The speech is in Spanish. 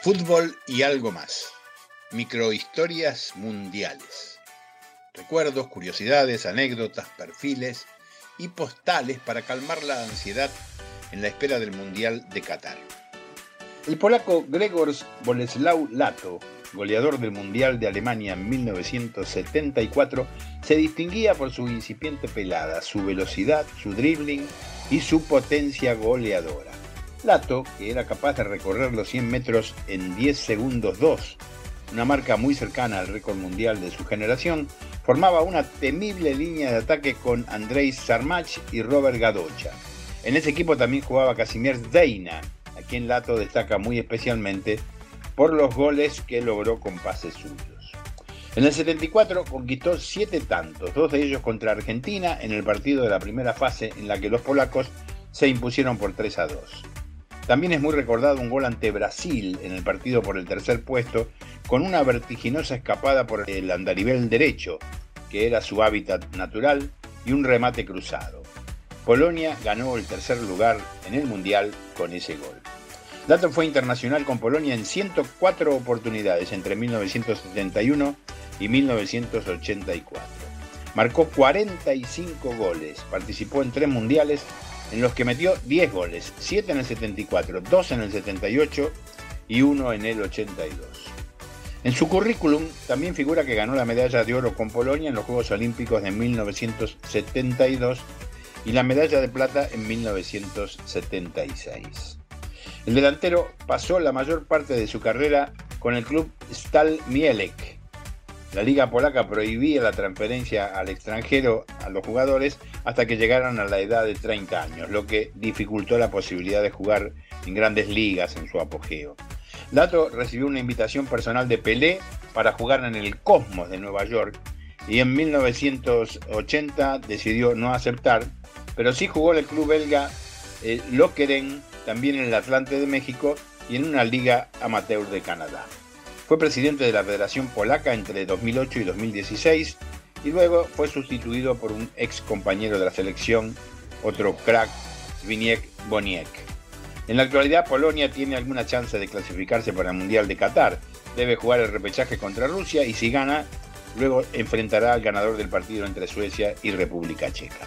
Fútbol y algo más. Microhistorias mundiales. Recuerdos, curiosidades, anécdotas, perfiles y postales para calmar la ansiedad en la espera del Mundial de Qatar. El polaco Grzegorz Bolesław Lato, goleador del Mundial de Alemania en 1974, se distinguía por su incipiente pelada, su velocidad, su dribbling y su potencia goleadora. Lato, que era capaz de recorrer los 100 metros en 10 segundos 2, una marca muy cercana al récord mundial de su generación, formaba una temible línea de ataque con Andrzej Sarmach y Robert Gadocha. En ese equipo también jugaba Kazimierz Dejna, a quien Lato destaca muy especialmente por los goles que logró con pases suyos. En el 74 conquistó 7 tantos, 2 de ellos contra Argentina en el partido de la primera fase en la que los polacos se impusieron por 3-2. También es muy recordado un gol ante Brasil en el partido por el tercer puesto, con una vertiginosa escapada por el andarivel derecho, que era su hábitat natural, y un remate cruzado. Polonia ganó el tercer lugar en el Mundial con ese gol. Lato fue internacional con Polonia en 104 oportunidades entre 1971 y 1984. Marcó 45 goles, participó en 3 mundiales en los que metió 10 goles, 7 en el 74, 2 en el 78 y 1 en el 82. En su currículum también figura que ganó la medalla de oro con Polonia en los Juegos Olímpicos de 1972 y la medalla de plata en 1976. El delantero pasó la mayor parte de su carrera con el club Stal Mielec. La liga polaca prohibía la transferencia al extranjero a los jugadores hasta que llegaran a la edad de 30 años, lo que dificultó la posibilidad de jugar en grandes ligas en su apogeo. Lato recibió una invitación personal de Pelé para jugar en el Cosmos de Nueva York y en 1980 decidió no aceptar, pero sí jugó en el club belga Lokeren, también en el Atlante de México y en una liga amateur de Canadá. Fue presidente de la Federación Polaca entre 2008 y 2016 y luego fue sustituido por un ex compañero de la selección, otro crack, Zbigniew Boniek. En la actualidad Polonia tiene alguna chance de clasificarse para el Mundial de Qatar. Debe jugar el repechaje contra Rusia y si gana, luego enfrentará al ganador del partido entre Suecia y República Checa.